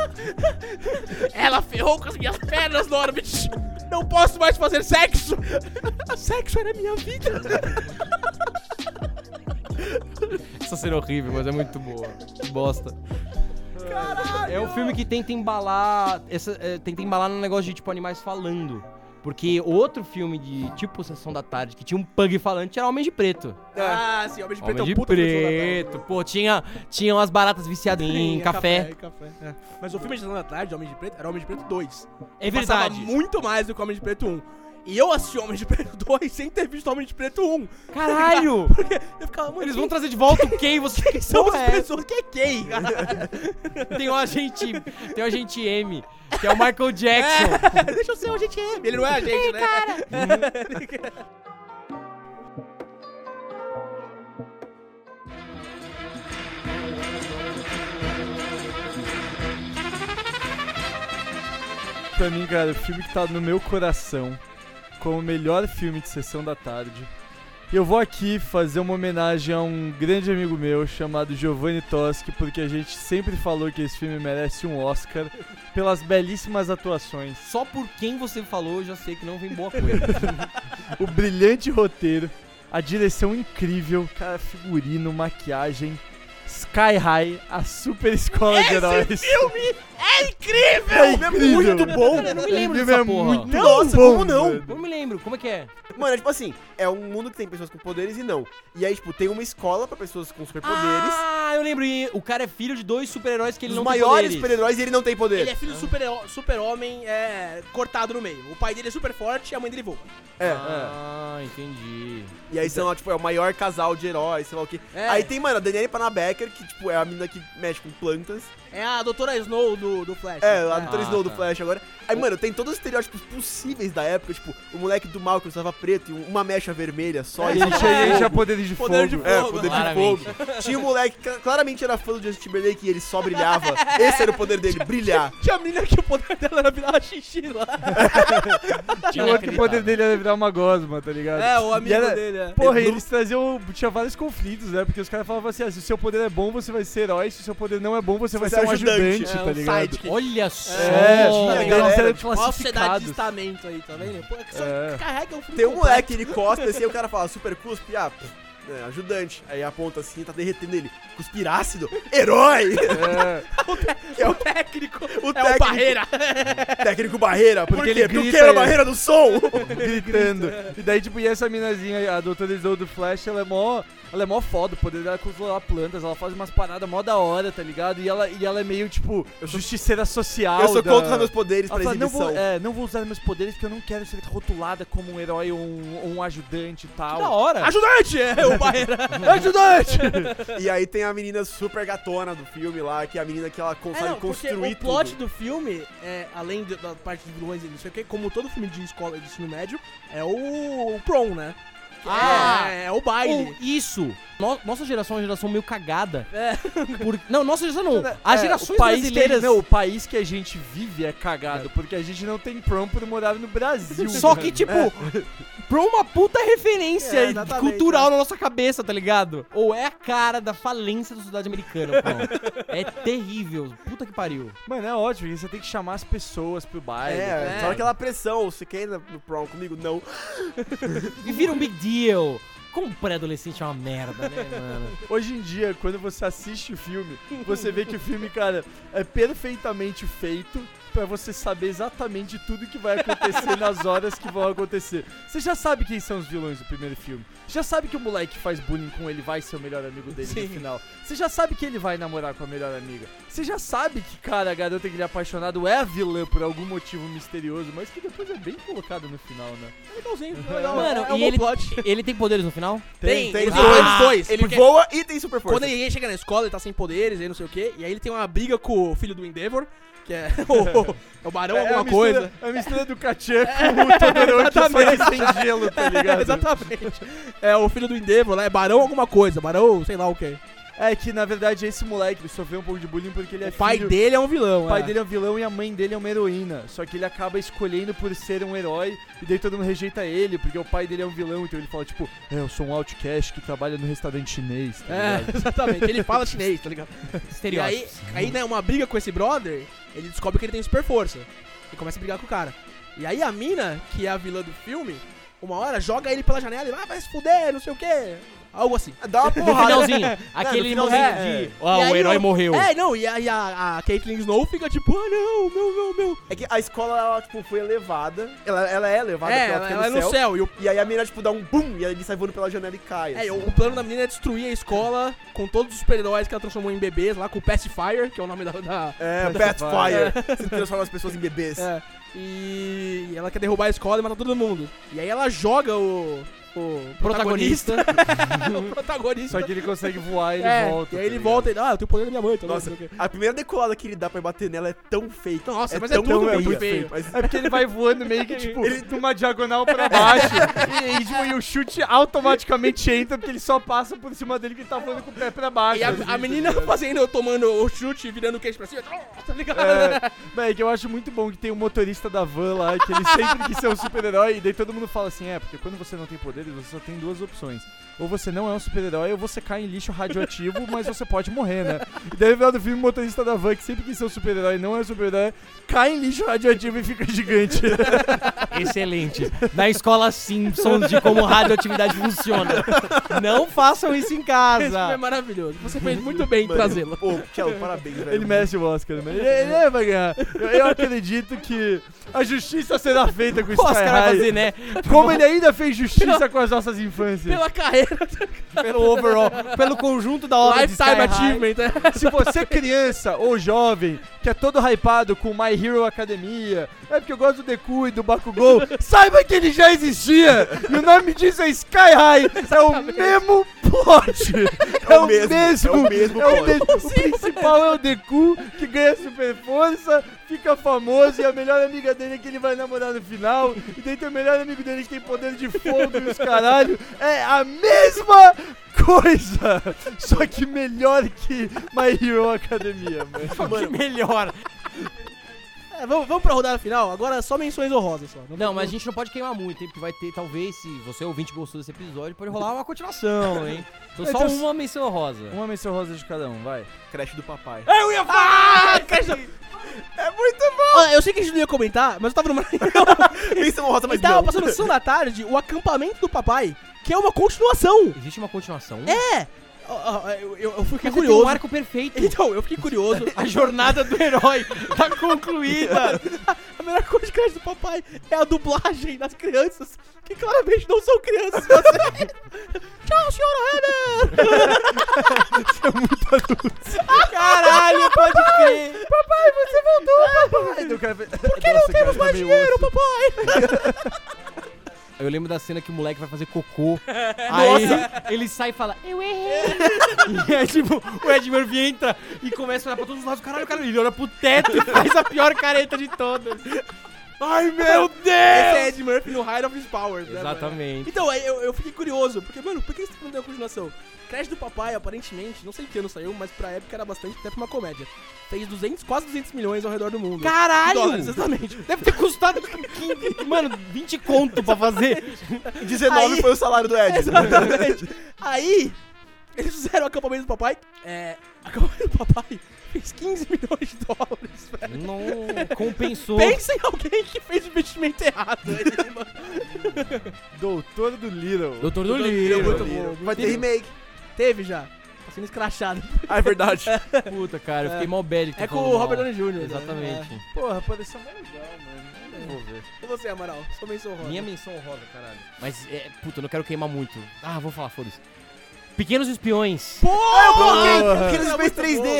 Ela ferrou com as minhas pernas, Norbit. Não posso mais fazer sexo. Sexo era minha vida. Essa cena é horrível, mas é muito boa. Que bosta. Caralho! É um filme que tenta embalar. Essa, é, tenta embalar num negócio de tipo animais falando. Porque outro filme de tipo Sessão da Tarde que tinha um pug falante era Homem de Preto. Ah, sim, Homem de Preto Homem é de um puta filme da Preto. Pô, tinha, tinha umas baratas viciadas em Sim, café. café. É. Mas o filme de Sessão da Tarde, Homem de Preto, era Homem de Preto dois. É Passava verdade. muito mais do que Homem de Preto um. E eu assisti Homem de Preto dois sem ter visto Homem de Preto um. Caralho! Porque eu ficava, mano, Eles quem vão trazer de volta o Kay, você que são porra as é essa? pessoas? Quem é quem, cara? Tem o agente. Tem o agente M, que é o Michael Jackson. É, deixa eu ser o agente M. Ele não é agente, né? Cara. Pra mim, cara, o filme que tá no meu coração como o melhor filme de Sessão da Tarde. E eu vou aqui fazer uma homenagem a um grande amigo meu chamado Giovanni Toschi, porque a gente sempre falou que esse filme merece um Oscar pelas belíssimas atuações, Só por quem você falou, eu já sei que não vem boa coisa. o brilhante roteiro, a direção incrível, cara, figurino, maquiagem, Sky High, a super escola de heróis. Esse filme é incrível! É É incrível. muito bom. Eu não me Esse lembro filme dessa é porra. muito Nossa, bom, como não? mano. Eu não me lembro, como é que é? Mano, é tipo assim, é um mundo que tem pessoas com poderes e não. E aí, tipo, tem uma escola pra pessoas com superpoderes. Ah, eu lembro. E o cara é filho de dois super-heróis que ele Os não maiores tem poderes. super-heróis e ele não tem poder. Ele é filho do super- super-homem é, cortado no meio. O pai dele é super forte e a mãe dele voa. É. Ah, entendi. E aí são, tipo, é o maior casal de heróis, sei lá o quê. É. Aí tem, mano, a Danielle Panabaker, que, tipo, é a menina que mexe com plantas. É a doutora Snow do, do Flash. É, a doutora Ah, Snow do tá. Flash agora. Aí, mano, tem todos os estereótipos possíveis da época, tipo, o moleque do mal que usava preto e uma mecha vermelha só. E e ele tinha, ele tinha poderes de Poder de fogo. fogo. É, poder de Claramente. fogo. Tinha um moleque que claramente era fã do Justin Timberlake e ele só brilhava. Esse era o poder dele, brilhar. Tinha a menina que o poder dela era virar xixi lá. Tinha outro que o poder dele era virar uma gosma, tá ligado? É, o E amigo era- dele, é. Porra, Ele- eles traziam. Tinha vários conflitos, né? Porque os caras falavam assim: ah, se o seu poder é bom, você vai ser herói. Se o seu poder não é bom, você vai Você ser é um ajudante. ajudante, É, tá um ligado? sidekick. Olha só. É, tinha, eles galera, eram tipo, Ó a sociedade de classificados. estamento aí, tá vendo? Pô, é que só É. carrega um filme Tem um completo. moleque, ele cospe assim, aí o cara fala, super cuspe, ah, pff, é, ajudante. Aí aponta assim, tá derretendo ele. Cuspir ácido, herói! É, Que é o técnico, o é o técnico. Barreira. técnico barreira. Por Porque quê? ele Porque eu grita quero a aí. barreira do som! gritando. E daí, tipo, e essa minazinha, a doutora Snow do Flash, ela é mó. Ela é mó foda, o poder dela é controlar plantas, ela faz umas paradas mó da hora, tá ligado? E ela, e ela é meio, tipo, justiceira social. eu sou da- contra usar meus poderes Ela pra fala, não exibição. vou, é, não vou usar meus poderes porque eu não quero ser rotulada como um herói ou um, ou um ajudante e tal. Que da hora. Ajudante! É o Barreira. Ajudante! E aí tem a menina super gatona do filme lá, que é a menina que ela É, consegue não, porque construir o plot tudo. do filme, é, além de- da parte de vilões e não sei o que, como todo filme de escola de ensino médio, é o, o prom, né? Que Ah! é, é o baile. Oh, isso. No- nossa geração é uma geração meio cagada. É. Por- não, nossa geração não. As É, gerações o país que, brasileiras... não, o país que a gente vive é cagado, porque a gente não tem prom por morar no Brasil. Só que, tipo, pra uma puta referência É, exatamente, cultural é. na nossa cabeça, tá ligado? Ou é a cara da falência da sociedade americana, pô. É terrível. Puta que pariu. Mano, é ótimo, porque você tem que chamar as pessoas pro baile. É, É. só aquela pressão, você quer ir no no prom comigo? Não. E vira um big deal. Como pré-adolescente é uma merda, né, mano? Hoje em dia, quando você assiste o filme, você vê que o filme, cara, é perfeitamente feito pra você saber exatamente tudo que vai acontecer nas horas que vão acontecer. Você já sabe quem são os vilões do primeiro filme. Já sabe que o moleque que faz bullying com ele vai ser o melhor amigo dele Sim. no final. Você já sabe que ele vai namorar com a melhor amiga. Você já sabe que, cara, a garota que ele é apaixonado é a vilã por algum motivo misterioso, mas que depois é bem colocado no final, né? É legalzinho, é legal. Mano, é, é um e bom ele, plot. ele tem poderes no final? Tem, tem ele os tem dois. os dois. Ele porque voa e tem super força. Quando ele chega na escola, ele tá sem poderes e não sei o que, e aí ele tem uma briga com o filho do Endeavor, que é o, é o Barão É alguma a mistura, coisa. É a mistura do Katia com o Todoroki, só que exatamente. sem gelo, tá ligado? Exatamente. É o filho do Endeavor lá, é Barão alguma coisa, Barão sei lá o que. É que, na verdade, esse moleque ele sofreu um pouco de bullying porque ele é O pai filho... dele é um vilão, O pai é. dele é um vilão e a mãe dele é uma heroína. Só que ele acaba escolhendo por ser um herói e daí todo mundo rejeita ele, porque o pai dele é um vilão. Então ele fala, tipo, é, eu sou um outcast que trabalha no restaurante chinês, tá É, ligado? exatamente. Ele fala chinês, tá ligado? E aí, Estereótipos. aí, né, uma briga com esse brother, ele descobre que ele tem super força. E começa a brigar com o cara. E aí a mina, que é a vilã do filme, uma hora joga ele pela janela e ah, vai se fuder, não sei o quê. Algo assim. Dá uma No porrada. finalzinho, aquele finalzinho, momento é. de, ó, E aí o herói o- morreu. É, não, e aí a, a Caitlyn Snow fica tipo, ah, não, meu, meu, meu. É que a escola, ela, tipo, foi elevada. Ela, ela é elevada É, porque ela, ela ela é fica no céu. E o, E aí a menina, tipo, dá um bum e aí ele sai voando pela janela e cai. é, assim. o plano da menina é destruir a escola com todos os super-heróis que ela transformou em bebês lá, com o Pacifier, que é o nome da... da É, Batfire. Você transforma as pessoas em bebês. é, e ela quer derrubar a escola e matar todo mundo. E aí ela joga o... O Protagonista. protagonista. o protagonista. Só que ele consegue voar e ele é, volta. E aí tá ele ligado? volta e ah, eu tenho o poder da minha mãe. Tá Nossa, não sei o quê. a primeira decolada que ele dá pra bater nela é tão fake. Nossa, é mas é tão tudo feia, muito feio. Mas É porque ele vai voando meio que, tipo, ele numa diagonal pra baixo. e, e, tipo, e o chute automaticamente entra porque ele só passa por cima dele que ele tá voando com o pé pra baixo. E a, assim, a tá menina ligado? fazendo, tomando o chute, virando o queixo pra cima. Tá ligado? É, véi, que eu acho muito bom que tem um motorista da van lá, que ele sempre quis ser um super-herói, e daí todo mundo fala assim, é, porque quando você não tem poderes, você só tem duas opções. Ou você não é um super-herói, ou você cai em lixo radioativo, mas você pode morrer, né? E daí no final do filme, o motorista da van, que sempre quis ser um super-herói, não é um super-herói, cai em lixo radioativo e fica gigante. Excelente. Na escola Simpsons de como radioatividade funciona. Não façam isso em Esse filme é casa. maravilhoso. Você fez muito bem em Mano, trazê-lo. Pô, Tchelo, parabéns, velho. Ele merece o Oscar, né? Ele, ele vai ganhar. Eu, eu acredito que a justiça será feita com o O Oscar Sky vai High. fazer, né? Como ele ainda fez justiça com as nossas infâncias. Pela carreira. Pelo overall, pelo conjunto da obra de Sky Lifetime High. Achievement. É. Se você é criança ou jovem, que é todo hypado com My Hero Academia, é porque eu gosto do Deku e do Bakugou, saiba que ele já existia! E o nome disso é Sky High! É o mesmo plot! É, o mesmo, é o mesmo é o plot. mesmo. O principal é o Deku, que ganha super força, fica famoso, e a melhor amiga dele é que ele vai namorar no final, e daí tem o melhor amigo dele que tem poder de fogo e os caralho. É a mesma coisa! Só que melhor que My Hero Academia, mano. Que melhor. É, vamos, vamos pra rodada final? Agora só menções honrosas. Só. Não, mas a gente não pode queimar muito, hein? Porque vai ter, talvez, se você ouvinte gostou desse episódio, pode rolar uma continuação, hein? Então só Então, uma menção rosa. Uma menção rosa de cada um, vai. Creche do papai. Eu ia falar! Ah, cara, É muito bom. Olha, eu sei que a gente não ia comentar, mas eu tava numa... Pensa uma rosa, mas E tava não. passando sessão da tarde, o acampamento do papai, que é uma continuação. Existe uma continuação? É! Ó, ó, Eu, eu, eu fiquei Mas curioso. tem um arco perfeito. Então, eu fiquei curioso. A jornada do herói tá concluída. A melhor coisa de creche do papai é a dublagem das crianças, que claramente não são crianças. Você... Tchau, senhora Heather! Caralho, pode crer. Papai, você voltou, papai! Por que não temos mais dinheiro, papai? Eu lembro da cena que o moleque vai fazer cocô. Aí ele sai e fala, eu errei. E aí, tipo, o Ed Murphy entra e começa a olhar pra todos os lados. Caralho, cara, ele olha pro teto e faz a pior careta de todas. Ai, meu Deus! Esse é Ed Murphy no Height of His Powers, né? mano? Exatamente. Então, aí eu, eu fiquei curioso, porque, mano, por que isso não deu continuação? Creche do Papai, aparentemente, não sei que ano saiu, mas pra época era bastante, até pra uma comédia. Fez duzentos, quase duzentos milhões ao redor do mundo. Caralho! Dólares, exatamente. Deve ter custado, quinze, mano, vinte conto pra fazer. dezenove Aí- foi o salário do Ed. Exatamente. Aí, eles fizeram o acampamento do papai. É. Acampamento do papai fez quinze milhões de dólares, velho. Não compensou. Pensa em alguém que fez investimento errado aí, mano. Doutor do Little. Doutor do Doutor do Livro. Livro, muito bom. Vai ter remake. Teve já. Tá sendo escrachado. Ah, é verdade. Puta, cara, eu fiquei mal bad. que É tu com falou o mal. Robert Downey Júnior Exatamente. Porra, pareceu mais legal, mano. Eu não vou ver. E você, Amaral? Sua menção rosa. Minha menção honrosa, caralho. Mas, é, puta, eu não quero queimar muito. Ah, vou falar, foda-se. Pequenos Espiões. Porra! coloquei Porra! Pequenos Espiões Muito três D. bom.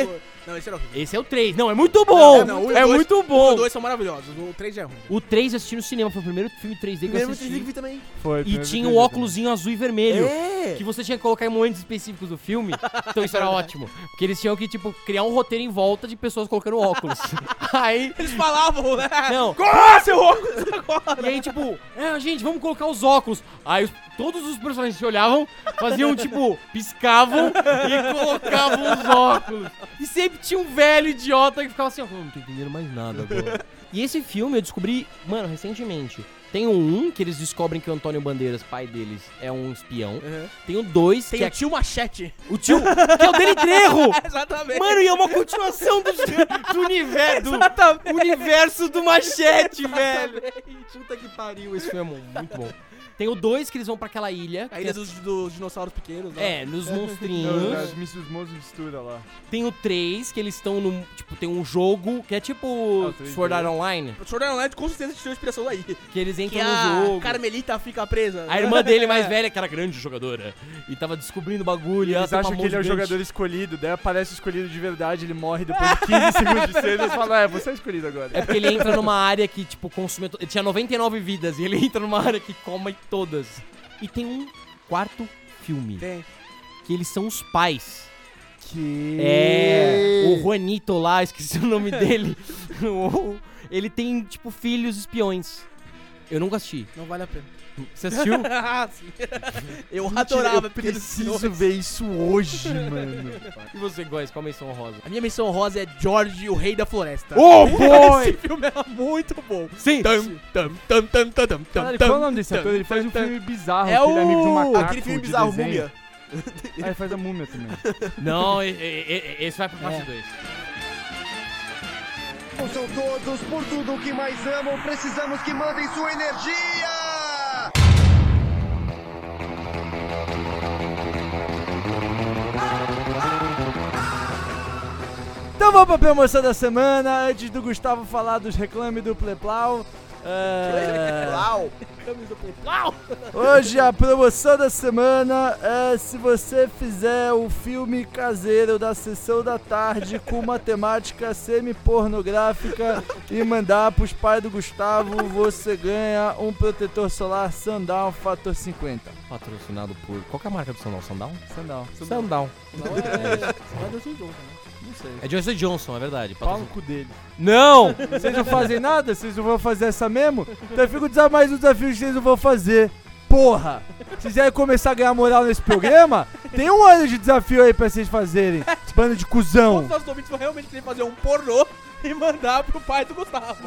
Não, esse era horrível. Esse é o três. Não, é muito bom. Não, não, o e o é dois- muito Os bom. dois são maravilhosos, o três já é ruim. O três eu assisti no cinema, foi o primeiro filme três D que eu Primeiro três D que assisti. vi também. Foi. E primeiro tinha três o D óculosinho azul e vermelho. É! Que você tinha que colocar em momentos específicos do filme. Então isso era ótimo. Porque eles tinham que, tipo, criar um roteiro em volta de pessoas colocando óculos. Aí. Eles falavam, né? Não. Coloca seu óculos agora! E aí, tipo, é, gente, vamos colocar os óculos. Aí os- todos os personagens se olhavam, faziam, tipo, piscavam e colocavam os óculos. E sempre tinha um velho idiota que ficava assim, ó, "Eu não tô entendendo mais nada agora." E esse filme eu descobri, mano, recentemente. Tem o um que eles descobrem que o Antônio Bandeiras, pai deles, é um espião. Uhum. Tem o dois, Tem que o é tio Machete. o tio, que é o Dele Trejo. Exatamente. Mano, e é uma continuação do, do, universo, do Exatamente. universo do Machete, velho. Puta que pariu, esse filme é muito bom. Tem o dois que eles vão pra aquela ilha. A que ilha é- dos, dos dinossauros pequenos. né? É, nos Não, monstrinhos. as missos mistura lá. Tem o três, que eles estão no. Tipo, tem um jogo que é tipo o três D. Sword Art Online. O Sword Art Online com certeza tirou inspiração daí. Que eles Que entram a no jogo. Carmelita fica presa. A irmã dele mais velha, que era grande jogadora. E tava descobrindo o bagulho. e ela Eles tem uma acham que ele é o mão gigante. jogador escolhido, daí aparece o escolhido de verdade, ele morre depois de quinze segundos de cena e eles falam, é, você é escolhido agora. É porque ele entra numa área que, tipo, consome. to- Ele tinha noventa e nove vidas e ele entra numa área que come todas. E tem um quarto filme. Tem. Que eles são os pais. Que... É. O Juanito lá, esqueci o nome dele. O- ele tem, tipo, filhos espiões. Eu nunca assisti. Não vale a pena. Você assistiu? Ah, sim. Eu Mentira, adorava eu Pequenos preciso Espiões. ver isso hoje, mano. E você, Góis, qual a menção honrosa? A minha menção rosa é George, o Rei da Floresta. Oh, boy! Esse filme é muito bom. Sim! Tam, tam, tam, tam, tam, tam, Caralho, tam, qual é o nome desse tam, ator? Ele faz um tam, filme bizarro, É que ele é amigo de um o- macaco Aquele filme de bizarro, desenho. Múmia. Ah, ele faz a múmia também. Não, e- e- e- esse vai pra parte É. dois. São todos por tudo que mais amam, precisamos que mandem sua energia! Então vamos pra promoção da semana, antes do Gustavo falar dos reclame do Pleplau. É... Uau! Hoje a promoção da semana é se você fizer o filme caseiro da sessão da tarde com uma temática semi-pornográfica e mandar pros pais do Gustavo, você ganha um protetor solar Sundown Fator cinquenta. Patrocinado por... Qual que é a marca do Sandal? Sandal? Sundown. Sandal. Não é, é do Johnson, né? Não sei. É Johnson Johnson, é verdade. Pau no Patrocin- cu dele. Não! Vocês não fazem nada? Vocês não vão fazer essa mesmo? Então eu fico dizendo mais um desafio que vocês não vão fazer. Porra! Se vocês querem começar a ganhar moral nesse programa, tem um ano de desafio aí pra vocês fazerem. Bando de cuzão. Todos os nossos ouvintes vão realmente querer fazer um pornô e mandar pro pai do Gustavo.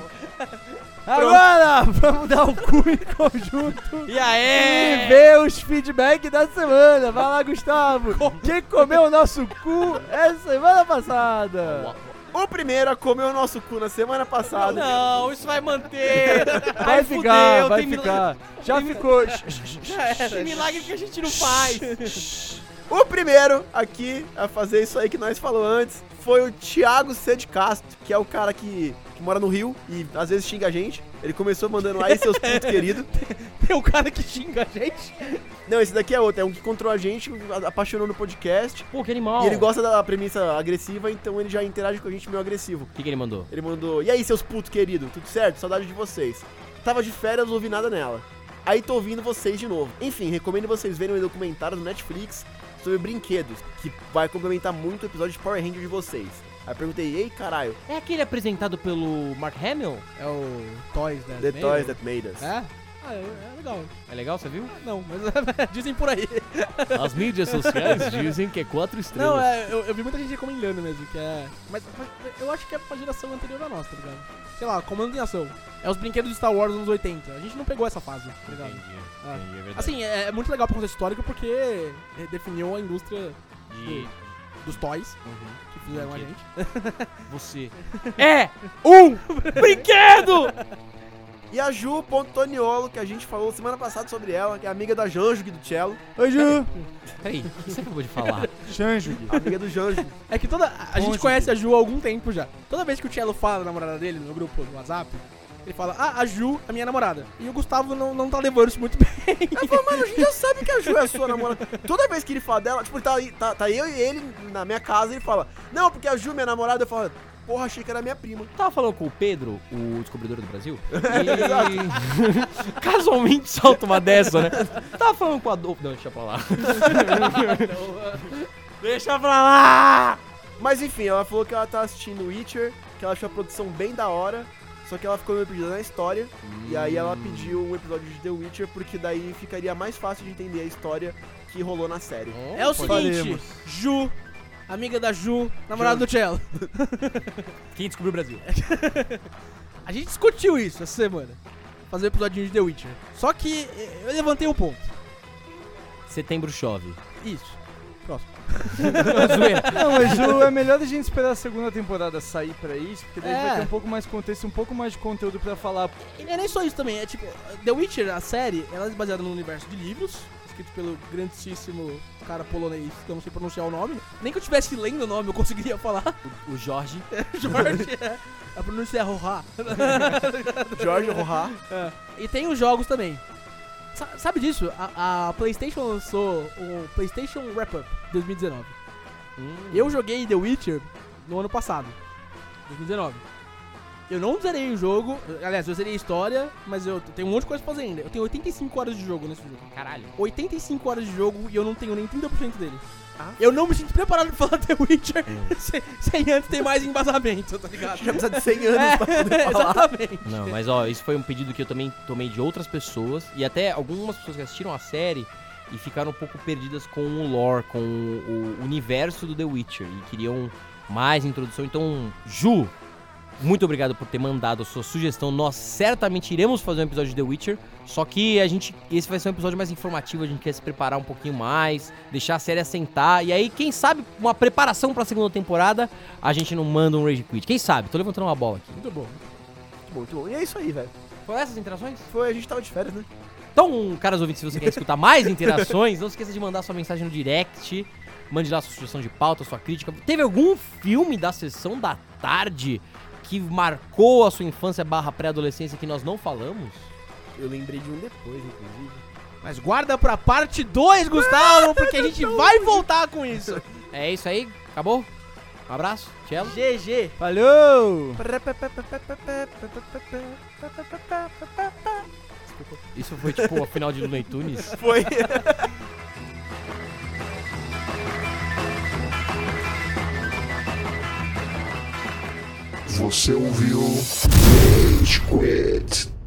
Agora, vamos dar o cu em conjunto E e aí? ver os feedback da semana. Vai lá, Gustavo. Quem comeu o nosso cu é semana passada? O primeiro a comer o nosso cu na semana passada. Não, isso vai manter. Vai Ai, ficar, fudeu, vai tem mil- ficar. Já ficou. Já Tem milagre que a gente não faz. O primeiro aqui a fazer isso aí que nós falou antes foi o Thiago C. de Castro, que é o cara que, que mora no Rio e às vezes xinga a gente. Ele começou mandando aí seus putos queridos. Tem um cara que xinga a gente. Não, esse daqui é outro, é um que encontrou a gente, a- apaixonou no podcast. Pô, que animal. E ele gosta da premissa agressiva, então ele já interage com a gente meio agressivo. O que, que ele mandou? Ele mandou, e aí seus putos queridos, tudo certo? Saudade de vocês. Tava de férias, não ouvi nada nela. Aí tô ouvindo vocês de novo. Enfim, recomendo vocês verem o documentário do Netflix sobre brinquedos, que vai complementar muito o episódio de Power Ranger de vocês. Aí eu perguntei, ei caralho, É aquele apresentado pelo Mark Hamill? É o Toys, né? The Toys That Made Us. É? Ah, é, é legal. É legal, você viu? Não, mas dizem por aí. As mídias sociais dizem que é quatro estrelas. Não, é, eu, eu vi muita gente recomendando mesmo, que é... Mas, mas eu acho que é pra geração anterior à nossa, tá ligado? Sei lá, Comando em Ação. É os brinquedos de Star Wars dos anos oitenta. A gente não pegou essa fase, tá ligado? Entendi, Ah. entendi, é verdade. Assim, é, é muito legal pro contexto histórico porque definiu a indústria De dos toys Uhum. que fizeram a Brinquedo. gente. você é um brinquedo! E a Ju.Toniolo, que a gente falou semana passada sobre ela, que é amiga da Janjo e do Cello. Oi, Ju. Peraí, o que você acabou de falar? Xanjo. Amiga do Janjo. É que toda. A gente Onde? conhece a Ju há algum tempo já. Toda vez que o Cello fala da namorada dele no grupo do WhatsApp, Ele fala, ah, a Ju é minha namorada. E o Gustavo não, não tá levando isso muito bem. Eu falo, mano, a gente já sabe que a Ju é sua namorada. Toda vez que ele fala dela, tipo, tá, tá, tá eu e ele na minha casa e ele fala, não, porque a Ju é minha namorada. Eu falo, porra, achei que era minha prima. Tava falando com o Pedro, o descobridor do Brasil, e casualmente solta uma dessa, né? Tava falando com o Adolfo. Não, deixa pra lá. Deixa pra lá! Mas enfim, ela falou que ela tá assistindo Witcher, que ela achou a produção bem da hora, só que ela ficou meio perdida na história. Hum. E aí ela pediu um episódio de The Witcher, porque daí ficaria mais fácil de entender a história que rolou na série. Oh, é o seguinte, faremos. Ju, amiga da Ju, namorada do Cello. Quem descobriu o Brasil? A gente discutiu isso essa semana. Fazer um episódio de The Witcher. Só que eu levantei um ponto. Setembro chove. Isso. Próximo. Zoeira. Não, mas Ju, é melhor a gente esperar a segunda temporada sair pra isso, porque daí É. vai ter um pouco mais de contexto, um pouco mais de conteúdo pra falar. E não é nem só isso também, é tipo, The Witcher, a série, ela é baseada no universo de livros, escrito pelo grandíssimo cara polonês, que eu não sei pronunciar o nome. Nem que eu estivesse lendo o nome eu conseguiria falar. O Jorge. Jorge, é. A pronúncia é Roha. Jorge Roha. É. E tem os jogos também. Sa- Sabe disso? A, a PlayStation lançou o PlayStation Wrap-Up dois mil e dezenove. Hum. Eu joguei The Witcher no ano passado, dois mil e dezenove. Eu não zerei o jogo, aliás, eu zerei a história, mas eu tenho um monte de coisa pra fazer ainda. Eu tenho oitenta e cinco horas de jogo nesse jogo. Caralho. oitenta e cinco horas de jogo e eu não tenho nem trinta por cento dele. Ah. Eu não me sinto preparado pra falar The Witcher sem, sem antes ter mais embasamento, tá ligado? Já precisa de cem anos pra poder É, falar. exatamente. Não, mas ó, isso foi um pedido que eu também tomei de outras pessoas e até algumas pessoas que assistiram a série e ficaram um pouco perdidas com o lore, com o, o universo do The Witcher e queriam mais introdução. Então, Ju, muito obrigado por ter mandado a sua sugestão. Nós certamente iremos fazer um episódio de The Witcher, só que a gente, esse vai ser um episódio mais informativo, a gente quer se preparar um pouquinho mais, deixar a série assentar, e aí, quem sabe, uma preparação pra segunda temporada, a gente não manda um Rage Quit. Quem sabe? Tô levantando uma bola aqui. Muito bom. Muito bom, muito bom. E é isso aí, velho. Foram essas interações? Foi, a gente tava de férias, né? Então, caros ouvintes, se você quer escutar mais interações, não esqueça de mandar sua mensagem no direct, mande lá sua sugestão de pauta, sua crítica. Teve algum filme da sessão da tarde que marcou a sua infância barra pré-adolescência que nós não falamos? Eu lembrei de um depois, inclusive. Mas guarda pra parte dois, Gustavo, porque a gente vai voltar com isso. É isso aí, acabou? Um abraço, tchau. G G. Falhou! Isso foi tipo a final de Looney Tunes. Foi. Você ouviu Rage Quit.